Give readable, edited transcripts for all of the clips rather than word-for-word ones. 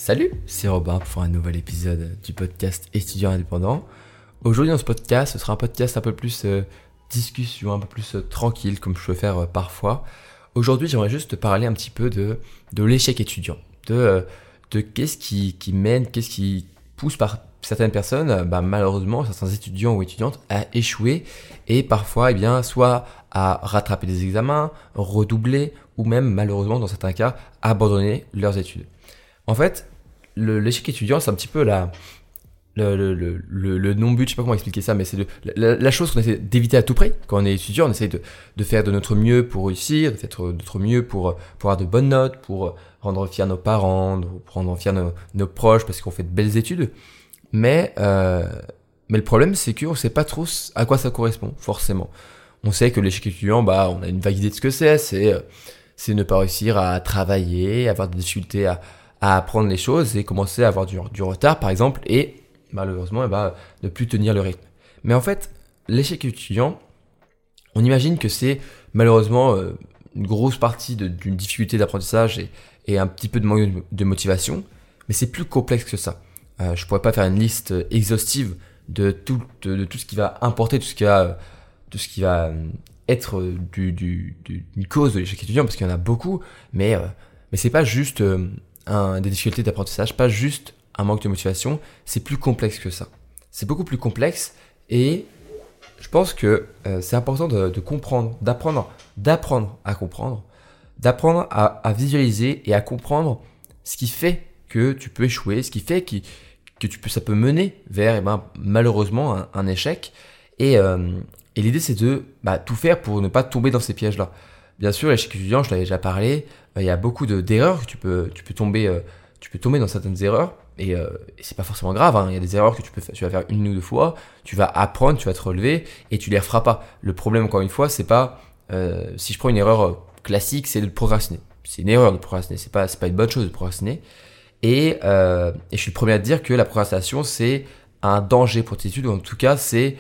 Salut, c'est Robin pour un nouvel épisode du podcast étudiant indépendant. Aujourd'hui dans ce podcast, ce sera un podcast un peu plus discussion, un peu plus tranquille comme je peux faire parfois. Aujourd'hui j'aimerais juste te parler un petit peu de l'échec étudiant, de qu'est-ce qui mène, qu'est-ce qui pousse par certaines personnes, malheureusement certains étudiants ou étudiantes à échouer et parfois soit à rattraper des examens, redoubler ou même malheureusement dans certains cas abandonner leurs études. En fait, l'échec étudiant, c'est un petit peu le non-but, je sais pas comment expliquer ça, mais c'est la chose qu'on essaie d'éviter à tout prix. Quand on est étudiant, on essaie de faire de notre mieux pour réussir, de faire de notre mieux pour avoir de bonnes notes, pour rendre fiers nos parents, pour rendre fiers nos proches parce qu'on fait de belles études. Mais le problème, c'est qu'on sait pas trop à quoi ça correspond, forcément. On sait que l'échec étudiant, on a une vague idée de ce que c'est ne pas réussir à travailler, avoir des difficultés à apprendre les choses et commencer à avoir du retard par exemple et malheureusement ne plus tenir le rythme. Mais en fait, l'échec étudiant, on imagine que c'est malheureusement une grosse partie d'une difficulté d'apprentissage et un petit peu de manque de motivation, mais c'est plus complexe que ça. Je pourrais pas faire une liste exhaustive de tout ce qui va importer, tout ce qui va être d'une cause de l'échec étudiant, parce qu'il y en a beaucoup, mais c'est pas juste des difficultés d'apprentissage, pas juste un manque de motivation, c'est plus complexe que ça. C'est beaucoup plus complexe et je pense que c'est important de comprendre, d'apprendre à comprendre, d'apprendre à visualiser et à comprendre ce qui fait que tu peux échouer, ce qui fait que ça peut mener vers malheureusement un échec et l'idée c'est de tout faire pour ne pas tomber dans ces pièges-là. Bien sûr, l'échec étudiant, je l'avais déjà parlé, il y a beaucoup d'erreurs que tu peux tomber dans certaines erreurs et c'est pas forcément grave, hein. Il y a des erreurs que tu vas faire une ou deux fois, tu vas apprendre, tu vas te relever et tu les referas pas. Le problème encore une fois, c'est pas si je prends une erreur classique, c'est de procrastiner. C'est une erreur de procrastiner, c'est pas une bonne chose de procrastiner et je suis le premier à te dire que la procrastination c'est un danger pour tes études ou en tout cas c'est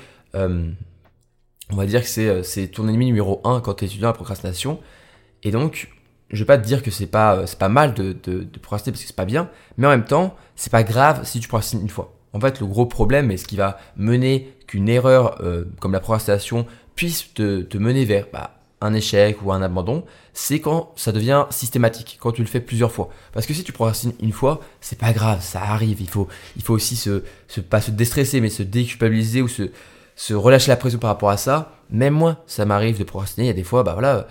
on va dire que c'est ton ennemi numéro 1 quand tu es étudiant à la procrastination. Et donc, je vais pas te dire que c'est pas mal de procrastiner parce que c'est pas bien, mais en même temps, c'est pas grave si tu procrastines une fois. En fait, le gros problème et ce qui va mener qu'une erreur comme la procrastination puisse te mener vers un échec ou un abandon, c'est quand ça devient systématique, quand tu le fais plusieurs fois. Parce que si tu procrastines une fois, c'est pas grave, ça arrive. Il faut aussi pas se déstresser, mais se déculpabiliser ou se relâcher la pression par rapport à ça. Même moi, ça m'arrive de procrastiner. Il y a des fois,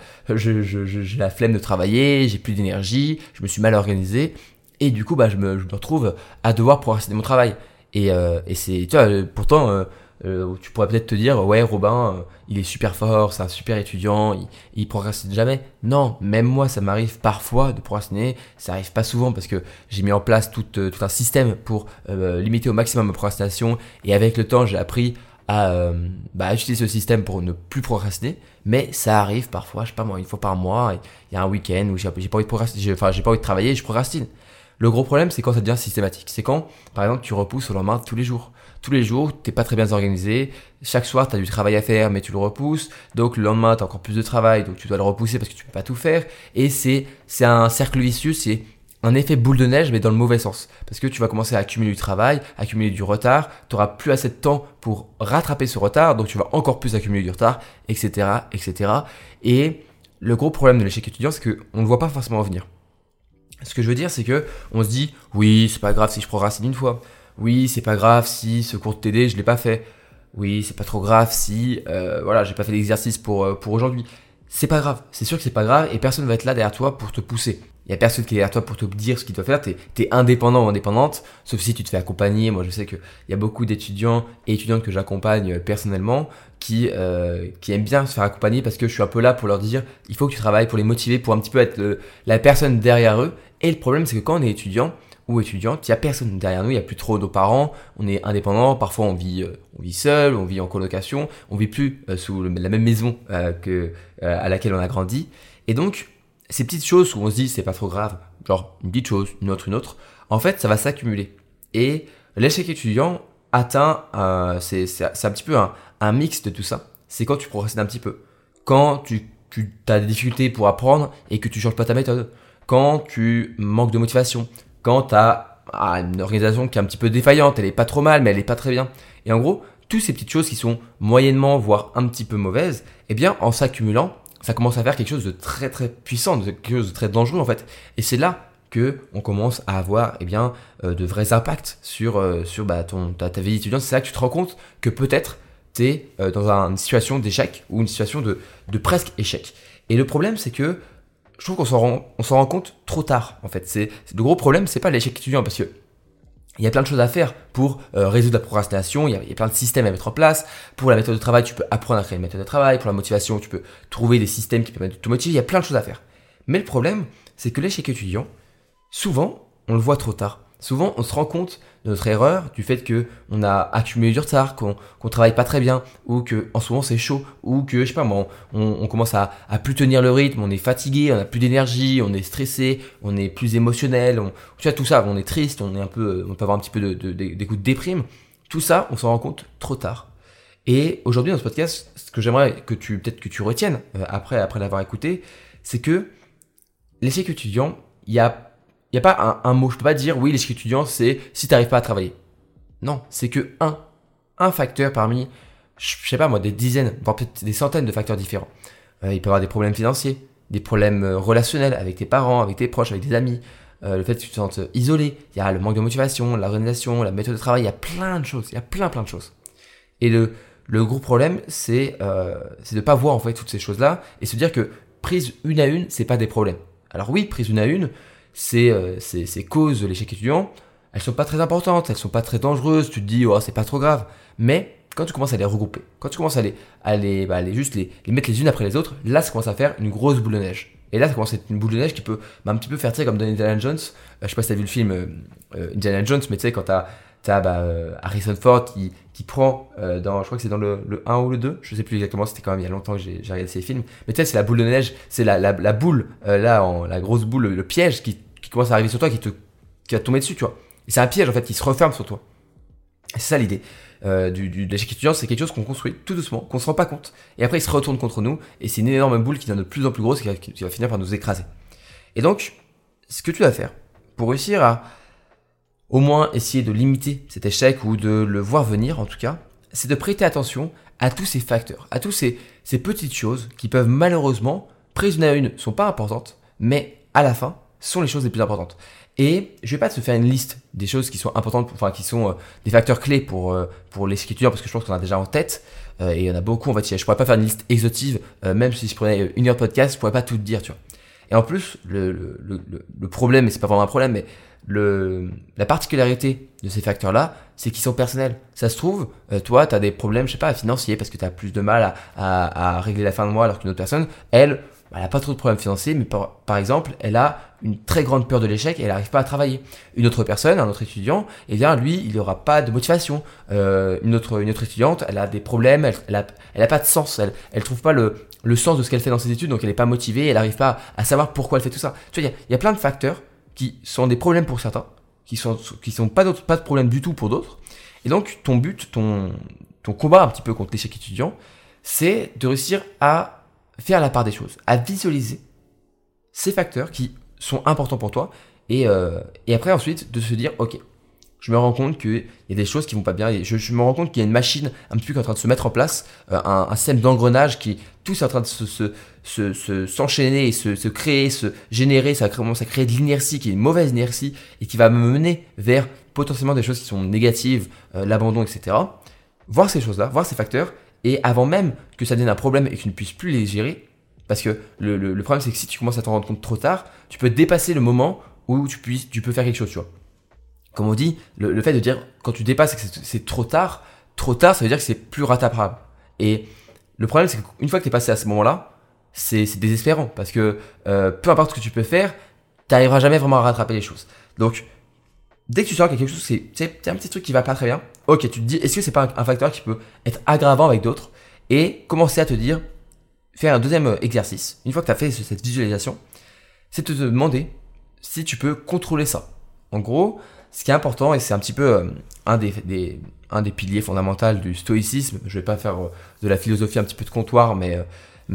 j'ai la flemme de travailler, j'ai plus d'énergie, je me suis mal organisé. Et du coup, je me retrouve à devoir procrastiner mon travail. Et c'est, tu vois, pourtant, tu pourrais peut-être te dire, ouais, Robin, il est super fort, c'est un super étudiant, il procrastine jamais. Non, même moi, ça m'arrive parfois de procrastiner. Ça arrive pas souvent parce que j'ai mis en place tout un système pour limiter au maximum ma procrastination. Et avec le temps, j'ai appris à utiliser ce système pour ne plus procrastiner, mais ça arrive parfois, je sais pas moi, une fois par mois, il y a un week-end où j'ai pas envie de procrastiner, j'ai pas envie de travailler et je procrastine. Le gros problème, c'est quand ça devient systématique. C'est quand, par exemple, tu repousses au lendemain tous les jours. Tous les jours, t'es pas très bien organisé. Chaque soir, t'as du travail à faire, mais tu le repousses. Donc, le lendemain, t'as encore plus de travail, donc tu dois le repousser parce que tu peux pas tout faire. Et c'est un cercle vicieux, c'est un effet boule de neige, mais dans le mauvais sens. Parce que tu vas commencer à accumuler du travail, accumuler du retard, tu n'auras plus assez de temps pour rattraper ce retard, donc tu vas encore plus accumuler du retard, etc., etc. Et le gros problème de l'échec étudiant, c'est qu'on ne le voit pas forcément venir. Ce que je veux dire, c'est que on se dit, oui, c'est pas grave si je procrastine une fois. Oui, c'est pas grave si ce cours de TD, je l'ai pas fait. Oui, c'est pas trop grave si, j'ai pas fait l'exercice pour aujourd'hui. C'est pas grave, c'est sûr que c'est pas grave et personne va être là derrière toi pour te pousser. Il y a personne qui est derrière toi pour te dire ce qu'il doit faire, t'es indépendant ou indépendante, sauf si tu te fais accompagner. Moi je sais qu'il y a beaucoup d'étudiants et étudiantes que j'accompagne personnellement qui aiment bien se faire accompagner parce que je suis un peu là pour leur dire il faut que tu travailles, pour les motiver, pour un petit peu être la personne derrière eux. Et le problème c'est que quand on est étudiant ou étudiante, il y a personne derrière nous, il y a plus trop nos parents, on est indépendant, parfois on vit seul, on vit en colocation, on vit plus sous la même maison à laquelle on a grandi. Et donc ces petites choses où on se dit c'est pas trop grave, genre une petite chose, une autre, en fait ça va s'accumuler. Et l'échec étudiant atteint, c'est un petit peu un mix de tout ça. C'est quand tu procrastines un petit peu, quand tu as des difficultés pour apprendre et que tu changes pas ta méthode, quand tu manques de motivation, quand tu as une organisation qui est un petit peu défaillante, elle est pas trop mal, mais elle est pas très bien. Et en gros, toutes ces petites choses qui sont moyennement, voire un petit peu mauvaises, eh bien, en s'accumulant, ça commence à faire quelque chose de très très puissant, de quelque chose de très dangereux en fait. Et c'est là que on commence à avoir de vrais impacts sur ta vie étudiante. C'est là que tu te rends compte que peut-être tu es dans une situation d'échec ou une situation de presque échec. Et le problème, c'est que je trouve qu'on s'en rend compte trop tard en fait. Le gros problème, c'est pas l'échec étudiant, parce que il y a plein de choses à faire pour résoudre la procrastination, il y a plein de systèmes à mettre en place. Pour la méthode de travail, tu peux apprendre à créer une méthode de travail. Pour la motivation, tu peux trouver des systèmes qui permettent de te motiver. Il y a plein de choses à faire. Mais le problème, c'est que l'échec étudiant, souvent, on le voit trop tard. Souvent, on se rend compte de notre erreur, du fait que on a accumulé du retard, qu'on travaille pas très bien, ou que en ce moment c'est chaud, ou que je sais pas moi, on commence à plus tenir le rythme, on est fatigué, on a plus d'énergie, on est stressé, on est plus émotionnel, tu vois tout ça, on est triste, on peut avoir un petit peu des coups de déprime. Tout ça, on s'en rend compte trop tard. Et aujourd'hui dans ce podcast, ce que j'aimerais que tu retiennes après l'avoir écouté, c'est que l'échec étudiant, il y a pas un mot, je peux pas dire oui, l'échec étudiant c'est si tu n'arrives pas à travailler. Non, c'est que un facteur parmi, je sais pas moi, des dizaines, voire peut-être des centaines de facteurs différents. Il peut y avoir des problèmes financiers, des problèmes relationnels avec tes parents, avec tes proches, avec des amis, le fait que tu te sentes isolé, il y a le manque de motivation, l'organisation, la méthode de travail, il y a plein de choses, il y a plein de choses. Et le gros problème, c'est de pas voir en fait toutes ces choses-là et se dire que prise une à une, c'est pas des problèmes. Alors oui, prise une à une, ces causes de l'échec étudiant, elles sont pas très importantes, elles sont pas très dangereuses, tu te dis oh c'est pas trop grave, mais quand tu commences à les regrouper, quand tu commences à les mettre les unes après les autres, là ça commence à faire une grosse boule de neige. Et là ça commence à être une boule de neige qui peut un petit peu faire comme dans Indiana Jones. Je sais pas si t'as vu le film Indiana Jones, mais tu sais quand t'as Harrison Ford qui prend je crois que c'est dans le 1 ou le 2, je sais plus exactement, c'était quand même il y a longtemps que j'ai regardé ces films, mais tu sais c'est la boule de neige, c'est la boule la grosse boule, le piège qui commence à arriver sur toi, qui va te tomber dessus, tu vois. Et c'est un piège en fait qui se referme sur toi. Et c'est ça l'idée de l'échec étudiant, c'est quelque chose qu'on construit tout doucement, qu'on se rend pas compte, et après il se retourne contre nous, et c'est une énorme boule qui devient de plus en plus grosse, qui va finir par nous écraser. Et donc, ce que tu vas faire pour réussir à au moins essayer de limiter cet échec ou de le voir venir en tout cas, c'est de prêter attention à tous ces facteurs, à tous ces petites choses qui peuvent malheureusement, prises une à une, sont pas importantes, mais à la fin, sont les choses les plus importantes. Et je vais pas te faire une liste des choses qui sont importantes, qui sont des facteurs clés pour l'échec étudiant, parce que je pense qu'on a déjà en tête, et il y en a beaucoup, je pourrais pas faire une liste exhaustive, même si je prenais une heure de podcast, je pourrais pas tout te dire, tu vois. Et en plus, le problème, et c'est pas vraiment un problème, mais la particularité de ces facteurs-là, c'est qu'ils sont personnels. Ça se trouve, toi, tu as des problèmes, je sais pas, financiers, parce que tu as plus de mal à régler la fin de mois, alors qu'une autre personne, elle a pas trop de problèmes financiers, mais par exemple, elle a une très grande peur de l'échec et elle n'arrive pas à travailler. Une autre personne, un autre étudiant, eh bien, lui, il n'aura pas de motivation. Une autre étudiante, elle a des problèmes, elle a pas de sens, elle trouve pas le sens de ce qu'elle fait dans ses études, donc elle n'est pas motivée, elle n'arrive pas à savoir pourquoi elle fait tout ça. Tu vois, il y a plein de facteurs qui sont des problèmes pour certains, qui sont pas de problèmes du tout pour d'autres. Et donc, ton but, ton combat un petit peu contre l'échec étudiant, c'est de réussir à faire la part des choses, à visualiser ces facteurs qui sont importants pour toi, et après ensuite de se dire, ok, je me rends compte qu'il y a des choses qui vont pas bien, et je me rends compte qu'il y a une machine un petit peu qui est en train de se mettre en place, un système d'engrenage qui tout est en train de s'enchaîner et se créer, se générer, ça commence à créer de l'inertie qui est une mauvaise inertie et qui va me mener vers potentiellement des choses qui sont négatives, l'abandon, etc. Voir ces choses-là, voir ces facteurs, et avant même que ça devienne un problème et que tu ne puisses plus les gérer, parce que le problème c'est que si tu commences à t'en rendre compte trop tard, tu peux dépasser le moment où tu peux faire quelque chose, tu vois. Comme on dit, le fait de dire quand tu dépasses et que c'est trop tard, ça veut dire que c'est plus rattrapable. Et le problème c'est qu'une fois que tu es passé à ce moment-là, c'est désespérant, parce que peu importe ce que tu peux faire, tu n'arriveras jamais vraiment à rattraper les choses. Donc, dès que tu sens qu'il y a quelque chose, c'est un petit truc qui va pas très bien, ok, tu te dis, est-ce que c'est pas un facteur qui peut être aggravant avec d'autres, et commencer à te dire, faire un deuxième exercice, une fois que tu as fait cette visualisation, c'est de te demander si tu peux contrôler ça. En gros, ce qui est important, et c'est un petit peu un des piliers fondamentaux du stoïcisme, je vais pas faire de la philosophie un petit peu de comptoir, mais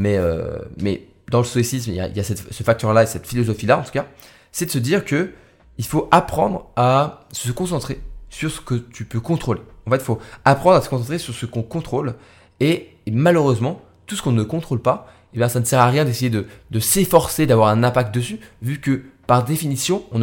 dans le stoïcisme, il y a ce facteur-là et cette philosophie-là, en tout cas, c'est de se dire que il faut apprendre à se concentrer sur ce que tu peux contrôler. En fait, il faut apprendre à se concentrer sur ce qu'on contrôle. Et malheureusement, tout ce qu'on ne contrôle pas, eh bien, ça ne sert à rien d'essayer de s'efforcer d'avoir un impact dessus, vu que par définition, on ne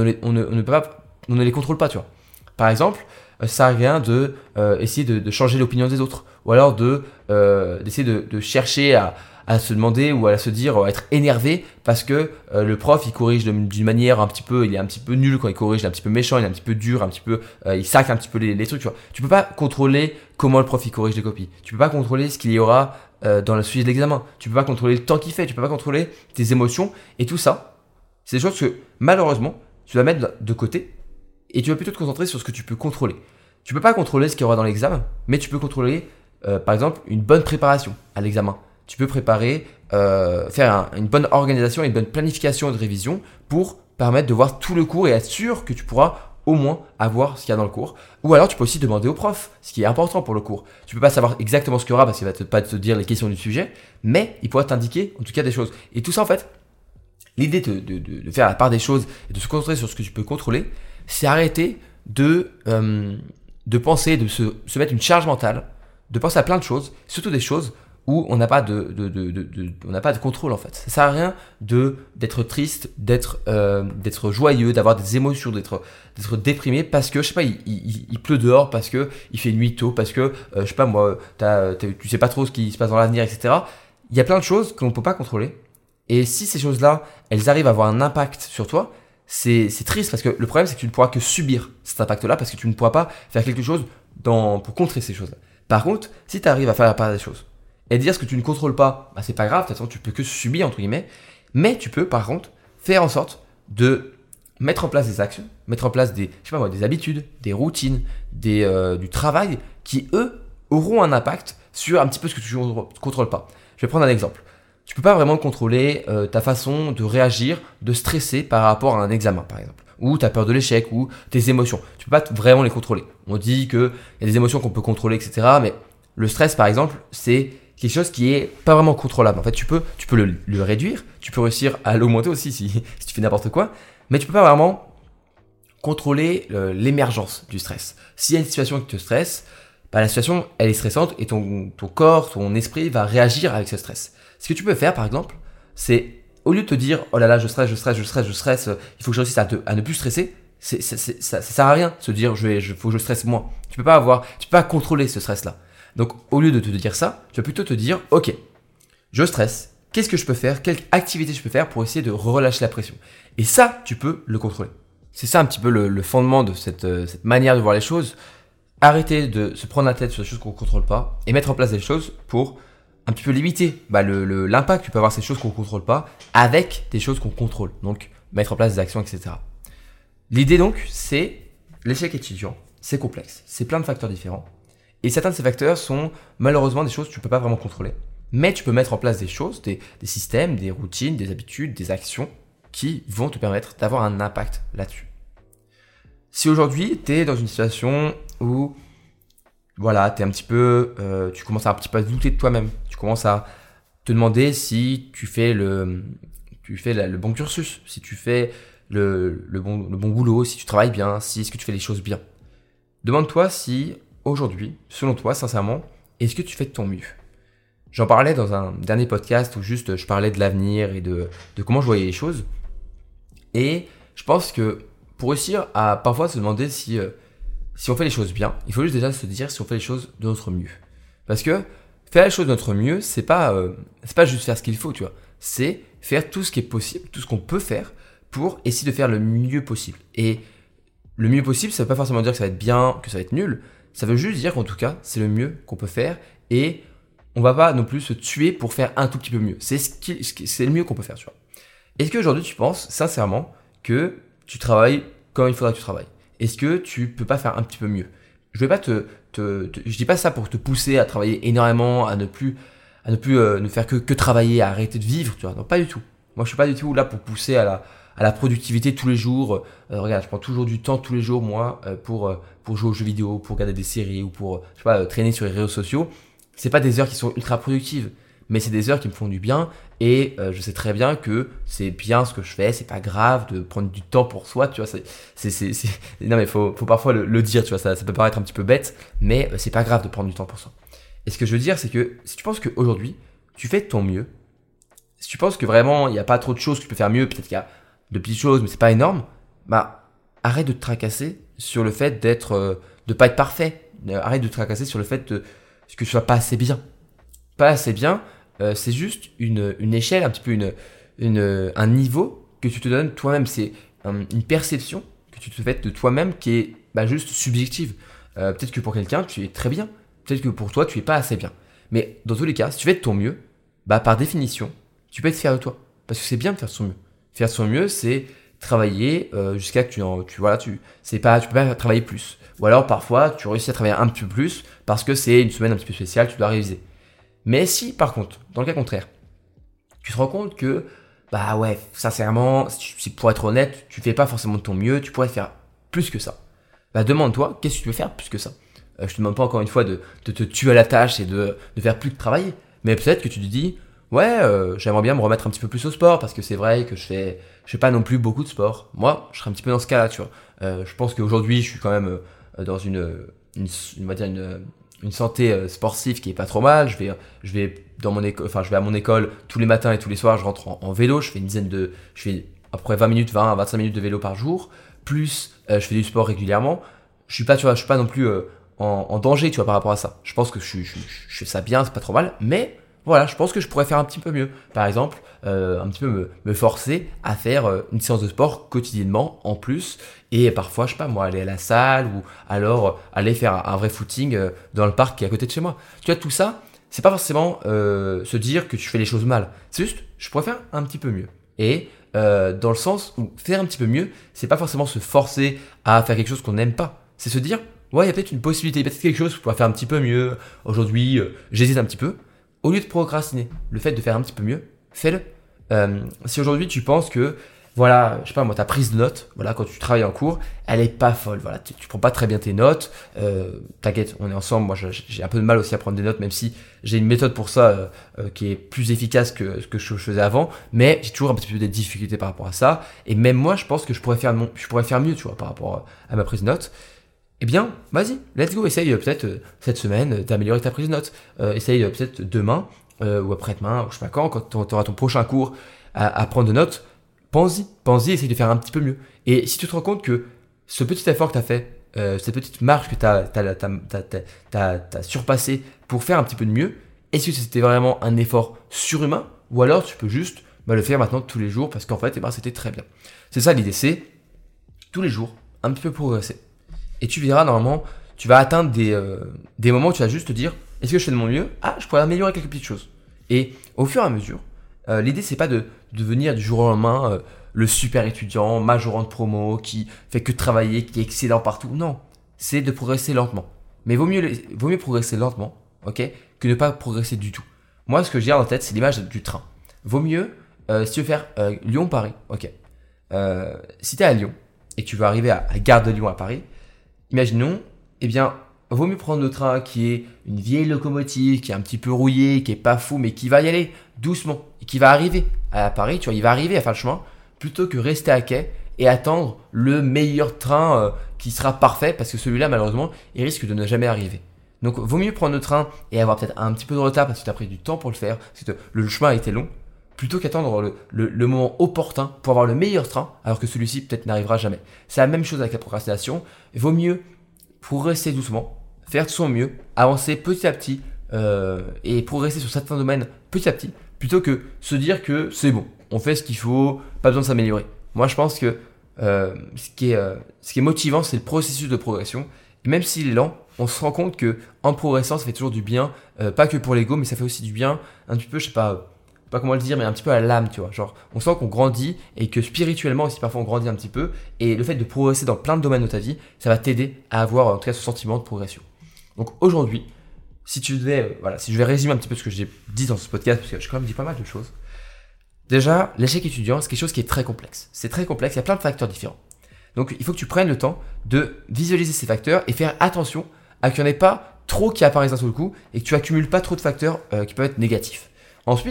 les contrôle pas, tu vois. Par exemple, ça sert à rien de essayer de changer l'opinion des autres, ou alors d'essayer de chercher à se demander ou à se dire, à être énervé parce que le prof il corrige d'une manière un petit peu, il est un petit peu nul quand il corrige, il est un petit peu méchant, il est un petit peu dur, un petit peu, il sac un petit peu les trucs, tu vois. Tu peux pas contrôler comment le prof il corrige les copies. Tu peux pas contrôler ce qu'il y aura dans le sujet de l'examen. Tu peux pas contrôler le temps qu'il fait. Tu peux pas contrôler tes émotions et tout ça. C'est des choses que malheureusement tu vas mettre de côté et tu vas plutôt te concentrer sur ce que tu peux contrôler. Tu peux pas contrôler ce qu'il y aura dans l'examen, mais tu peux contrôler par exemple une bonne préparation à l'examen. Tu peux préparer, faire une bonne organisation et une bonne planification de révision pour permettre de voir tout le cours et être sûr que tu pourras au moins avoir ce qu'il y a dans le cours. Ou alors tu peux aussi demander au prof, ce qui est important pour le cours. Tu peux pas savoir exactement ce qu'il y aura parce qu'il va pas te dire les questions du sujet, mais il pourra t'indiquer en tout cas des choses. Et tout ça en fait, l'idée de faire la part des choses et de se concentrer sur ce que tu peux contrôler, c'est arrêter de penser, de se mettre une charge mentale, de penser à plein de choses, surtout des choses où on n'a pas on n'a pas de contrôle en fait. Ça sert à rien d'être triste, d'être joyeux, d'avoir des émotions, d'être déprimé parce que je sais pas, il pleut dehors, parce que il fait nuit tôt, parce que je sais pas moi, tu sais pas trop ce qui se passe dans l'avenir, etc. Il y a plein de choses que l'on peut pas contrôler. Et si ces choses-là, elles arrivent à avoir un impact sur toi, c'est triste parce que le problème c'est que tu ne pourras que subir cet impact-là parce que tu ne pourras pas faire quelque chose pour contrer ces choses-là. Par contre, si tu arrives à faire la part des choses et dire ce que tu ne contrôles pas, bah c'est pas grave, de toute façon tu peux que subir entre guillemets, mais tu peux par contre faire en sorte de mettre en place des actions, mettre en place des habitudes, des routines, du travail qui eux auront un impact sur un petit peu ce que tu ne contrôles pas. Je vais prendre un exemple. Tu peux pas vraiment contrôler ta façon de réagir, de stresser par rapport à un examen par exemple, ou ta peur de l'échec, ou tes émotions. Tu peux pas vraiment les contrôler. On dit qu'il y a des émotions qu'on peut contrôler, etc. Mais le stress par exemple, c'est quelque chose qui est pas vraiment contrôlable. En fait, tu peux le réduire, tu peux réussir à l'augmenter aussi si tu fais n'importe quoi, mais tu peux pas vraiment contrôler l'émergence du stress. S'il y a une situation qui te stresse, bah, la situation elle est stressante et ton corps, ton esprit va réagir avec ce stress. Ce que tu peux faire par exemple, c'est au lieu de te dire oh là là je stresse, il faut que je réussisse à ne plus stresser, ça sert à rien de se dire faut que je stresse moins. Tu peux pas contrôler ce stress là. Donc, au lieu de te dire ça, tu vas plutôt te dire, ok, je stresse, qu'est-ce que je peux faire, quelle activité je peux faire pour essayer de relâcher la pression. Et ça, tu peux le contrôler. C'est ça un petit peu le fondement de cette manière de voir les choses. Arrêter de se prendre la tête sur des choses qu'on ne contrôle pas et mettre en place des choses pour un petit peu limiter l'impact que tu peux avoir ces choses qu'on ne contrôle pas avec des choses qu'on contrôle. Donc, mettre en place des actions, etc. L'idée donc, c'est l'échec étudiant. C'est complexe. C'est plein de facteurs différents. Et certains de ces facteurs sont malheureusement des choses que tu ne peux pas vraiment contrôler. Mais tu peux mettre en place des choses, des systèmes, des routines, des habitudes, des actions qui vont te permettre d'avoir un impact là-dessus. Si aujourd'hui, tu es dans une situation où voilà, tu commences à un petit peu à douter de toi-même, tu commences à te demander si tu fais le bon cursus, si tu fais le bon boulot, si tu travailles bien, est-ce que tu fais les choses bien. Demande-toi si aujourd'hui, selon toi, sincèrement, est-ce que tu fais de ton mieux? J'en parlais dans un dernier podcast où juste je parlais de l'avenir et de comment je voyais les choses. Et je pense que pour réussir à parfois se demander si on fait les choses bien, il faut juste déjà se dire si on fait les choses de notre mieux. Parce que faire les choses de notre mieux, c'est pas juste faire ce qu'il faut, tu vois. C'est faire tout ce qui est possible, tout ce qu'on peut faire pour essayer de faire le mieux possible. Et le mieux possible, ça veut pas forcément dire que ça va être bien, que ça va être nul. Ça veut juste dire qu'en tout cas, c'est le mieux qu'on peut faire et on va pas non plus se tuer pour faire un tout petit peu mieux. C'est le mieux qu'on peut faire, tu vois. Est-ce qu'aujourd'hui, tu penses sincèrement que tu travailles comme il faudra que tu travailles? Est-ce que tu peux pas faire un petit peu mieux? Je vais pas je dis pas ça pour te pousser à travailler énormément, à ne plus ne faire que travailler, à arrêter de vivre, tu vois. Non, pas du tout. Moi, je suis pas du tout là pour pousser à la productivité tous les jours. Regarde, je prends toujours du temps tous les jours, moi, pour jouer aux jeux vidéo, pour regarder des séries ou pour, traîner sur les réseaux sociaux. C'est pas des heures qui sont ultra productives, mais c'est des heures qui me font du bien et je sais très bien que c'est bien ce que je fais, c'est pas grave de prendre du temps pour soi, tu vois, non mais faut parfois le dire, tu vois, ça peut paraître un petit peu bête, mais c'est pas grave de prendre du temps pour soi. Et ce que je veux dire, c'est que si tu penses qu'aujourd'hui, tu fais de ton mieux, si tu penses que vraiment il n'y a pas trop de choses que tu peux faire mieux, peut-être qu'il y a de petites choses, mais c'est pas énorme, bah arrête de te tracasser sur le fait de pas être parfait, arrête de te tracasser sur le fait que tu sois pas assez bien. Pas assez bien, c'est juste une échelle, un petit peu un niveau que tu te donnes toi-même. C'est une perception que tu te fais de toi-même qui est juste subjective. Peut-être que pour quelqu'un, tu es très bien. Peut-être que pour toi, tu es pas assez bien. Mais dans tous les cas, si tu fais de ton mieux, par définition, tu peux être fier de toi. Parce que c'est bien de faire de son mieux. Faire de son mieux, c'est travailler jusqu'à que tu peux pas travailler plus. Ou alors parfois, tu réussis à travailler un petit peu plus parce que c'est une semaine un petit peu spéciale, tu dois réviser. Mais si, par contre, dans le cas contraire, tu te rends compte que, sincèrement, si pour être honnête, tu fais pas forcément de ton mieux, tu pourrais faire plus que ça. Demande-toi, qu'est-ce que tu peux faire plus que ça? Je te demande pas encore une fois de te tuer à la tâche et de faire plus que travailler. Mais peut-être que tu te dis, j'aimerais bien me remettre un petit peu plus au sport parce que c'est vrai que je fais pas non plus beaucoup de sport. Moi, je serais un petit peu dans ce cas-là, tu vois. Je pense qu'aujourd'hui, je suis quand même dans on va dire une santé sportive qui est pas trop mal. Je vais je vais à mon école tous les matins et tous les soirs. Je rentre en vélo. Je fais à peu près 20 à 25 minutes de vélo par jour. Plus, je fais du sport régulièrement. Je suis pas non plus en danger, tu vois, par rapport à ça. Je pense que je fais ça bien, c'est pas trop mal. Mais voilà, je pense que je pourrais faire un petit peu mieux. Par exemple, un petit peu me forcer à faire une séance de sport quotidiennement en plus. Et parfois, je sais pas moi, aller à la salle ou alors aller faire un vrai footing dans le parc qui est à côté de chez moi. Tu vois, tout ça, c'est pas forcément se dire que tu fais les choses mal. C'est juste, je pourrais faire un petit peu mieux. Et dans le sens où faire un petit peu mieux, c'est pas forcément se forcer à faire quelque chose qu'on n'aime pas. C'est se dire, il y a peut-être une possibilité, peut-être quelque chose que je pourrais faire un petit peu mieux. Aujourd'hui, j'hésite un petit peu. Au lieu de procrastiner, le fait de faire un petit peu mieux, fais-le. Si aujourd'hui tu penses que, je sais pas moi, ta prise de notes, quand tu travailles en cours, elle est pas folle, tu prends pas très bien tes notes, t'inquiète, on est ensemble, moi j'ai un peu de mal aussi à prendre des notes, même si j'ai une méthode pour ça qui est plus efficace que ce que je faisais avant, mais j'ai toujours un petit peu des difficultés par rapport à ça, et même moi je pense que je pourrais faire mieux, tu vois, par rapport à ma prise de notes. Eh bien, vas-y, let's go, essaye peut-être cette semaine d'améliorer ta prise de notes. Essaye peut-être demain ou après-demain, ou je sais pas quand tu auras ton prochain cours à prendre de notes, pense-y, essaye de faire un petit peu mieux. Et si tu te rends compte que ce petit effort que tu as fait, cette petite marche que tu as surpassé pour faire un petit peu de mieux, est-ce que c'était vraiment un effort surhumain ou alors tu peux juste le faire maintenant tous les jours parce qu'en fait, c'était très bien. C'est ça l'idée, c'est tous les jours un petit peu progresser. Et tu verras, normalement, tu vas atteindre des moments où tu vas juste te dire, est-ce que je fais de mon mieux? Je pourrais améliorer quelques petites choses. Et au fur et à mesure, l'idée, c'est pas de devenir du jour au lendemain le super étudiant, majorant de promo, qui fait que travailler, qui est excellent partout. Non, c'est de progresser lentement. Mais vaut mieux progresser lentement, ok, que ne pas progresser du tout. Moi, ce que j'ai en tête, c'est l'image du train. Vaut mieux, si tu veux faire Lyon-Paris, ok. Si tu es à Lyon et que tu veux arriver à Gare de Lyon à Paris, imaginons, vaut mieux prendre le train qui est une vieille locomotive, qui est un petit peu rouillée, qui est pas fou, mais qui va y aller doucement et qui va arriver à Paris, tu vois, il va arriver à faire le chemin, plutôt que rester à quai et attendre le meilleur train qui sera parfait, parce que celui-là, malheureusement, il risque de ne jamais arriver. Donc, vaut mieux prendre le train et avoir peut-être un petit peu de retard parce que tu as pris du temps pour le faire, parce que le chemin a été long, plutôt qu'attendre le moment opportun pour avoir le meilleur train, alors que celui-ci peut-être n'arrivera jamais. C'est la même chose avec la procrastination. Il vaut mieux progresser doucement, faire de son mieux, avancer petit à petit et progresser sur certains domaines petit à petit, plutôt que se dire que c'est bon, on fait ce qu'il faut, pas besoin de s'améliorer. Moi, je pense que ce qui est motivant, c'est le processus de progression. Et même s'il est lent, on se rend compte que en progressant, ça fait toujours du bien, pas que pour l'ego, mais ça fait aussi du bien, un petit peu, je sais pas comment le dire, mais un petit peu à l'âme, tu vois. Genre, on sent qu'on grandit et que spirituellement aussi, parfois, on grandit un petit peu. Et le fait de progresser dans plein de domaines de ta vie, ça va t'aider à avoir, en tout cas, ce sentiment de progression. Donc, aujourd'hui, si je vais résumer un petit peu ce que j'ai dit dans ce podcast, parce que j'ai quand même dit pas mal de choses. Déjà, l'échec étudiant, c'est quelque chose qui est très complexe. C'est très complexe, il y a plein de facteurs différents. Donc, il faut que tu prennes le temps de visualiser ces facteurs et faire attention à qu'il n'y en ait pas trop qui apparaissent d'un seul coup et que tu accumules pas trop de facteurs qui peuvent être négatifs. Ensuite,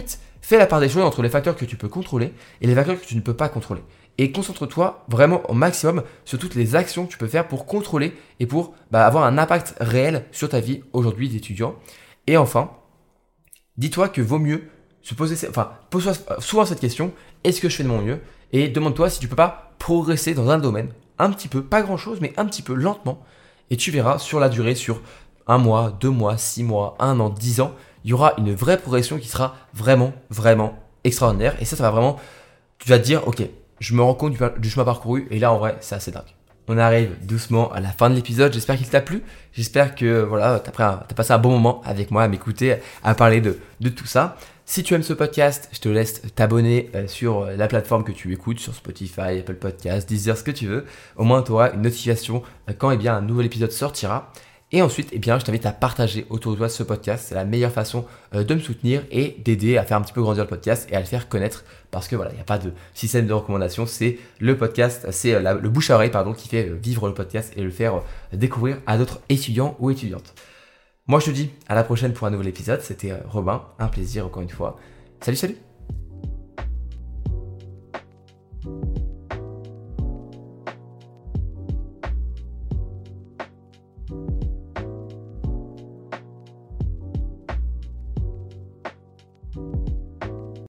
fais la part des choses entre les facteurs que tu peux contrôler et les facteurs que tu ne peux pas contrôler. Et concentre-toi vraiment au maximum sur toutes les actions que tu peux faire pour contrôler et pour avoir un impact réel sur ta vie aujourd'hui d'étudiant. Et enfin, dis-toi que vaut mieux pose-toi souvent cette question, est-ce que je fais de mon mieux? Et demande-toi si tu peux pas progresser dans un domaine, un petit peu, pas grand-chose, mais un petit peu lentement. Et tu verras sur la durée, sur 1 mois, 2 mois, 6 mois, 1 an, 10 ans, il y aura une vraie progression qui sera vraiment, vraiment extraordinaire. Et ça va vraiment, tu vas te dire, ok, je me rends compte du chemin parcouru. Et là, en vrai, c'est assez dingue. On arrive doucement à la fin de l'épisode. J'espère qu'il t'a plu. J'espère que voilà, t'as passé un bon moment avec moi à m'écouter, à parler de tout ça. Si tu aimes ce podcast, je te laisse t'abonner sur la plateforme que tu écoutes, sur Spotify, Apple Podcasts, Deezer, ce que tu veux. Au moins, tu auras une notification quand un nouvel épisode sortira. Et ensuite, je t'invite à partager autour de toi ce podcast. C'est la meilleure façon de me soutenir et d'aider à faire un petit peu grandir le podcast et à le faire connaître. Parce que voilà, il n'y a pas de système de recommandation. C'est le podcast, c'est le bouche à oreille qui fait vivre le podcast et le faire découvrir à d'autres étudiants ou étudiantes. Moi, je te dis à la prochaine pour un nouvel épisode. C'était Robin, un plaisir encore une fois. Salut, salut!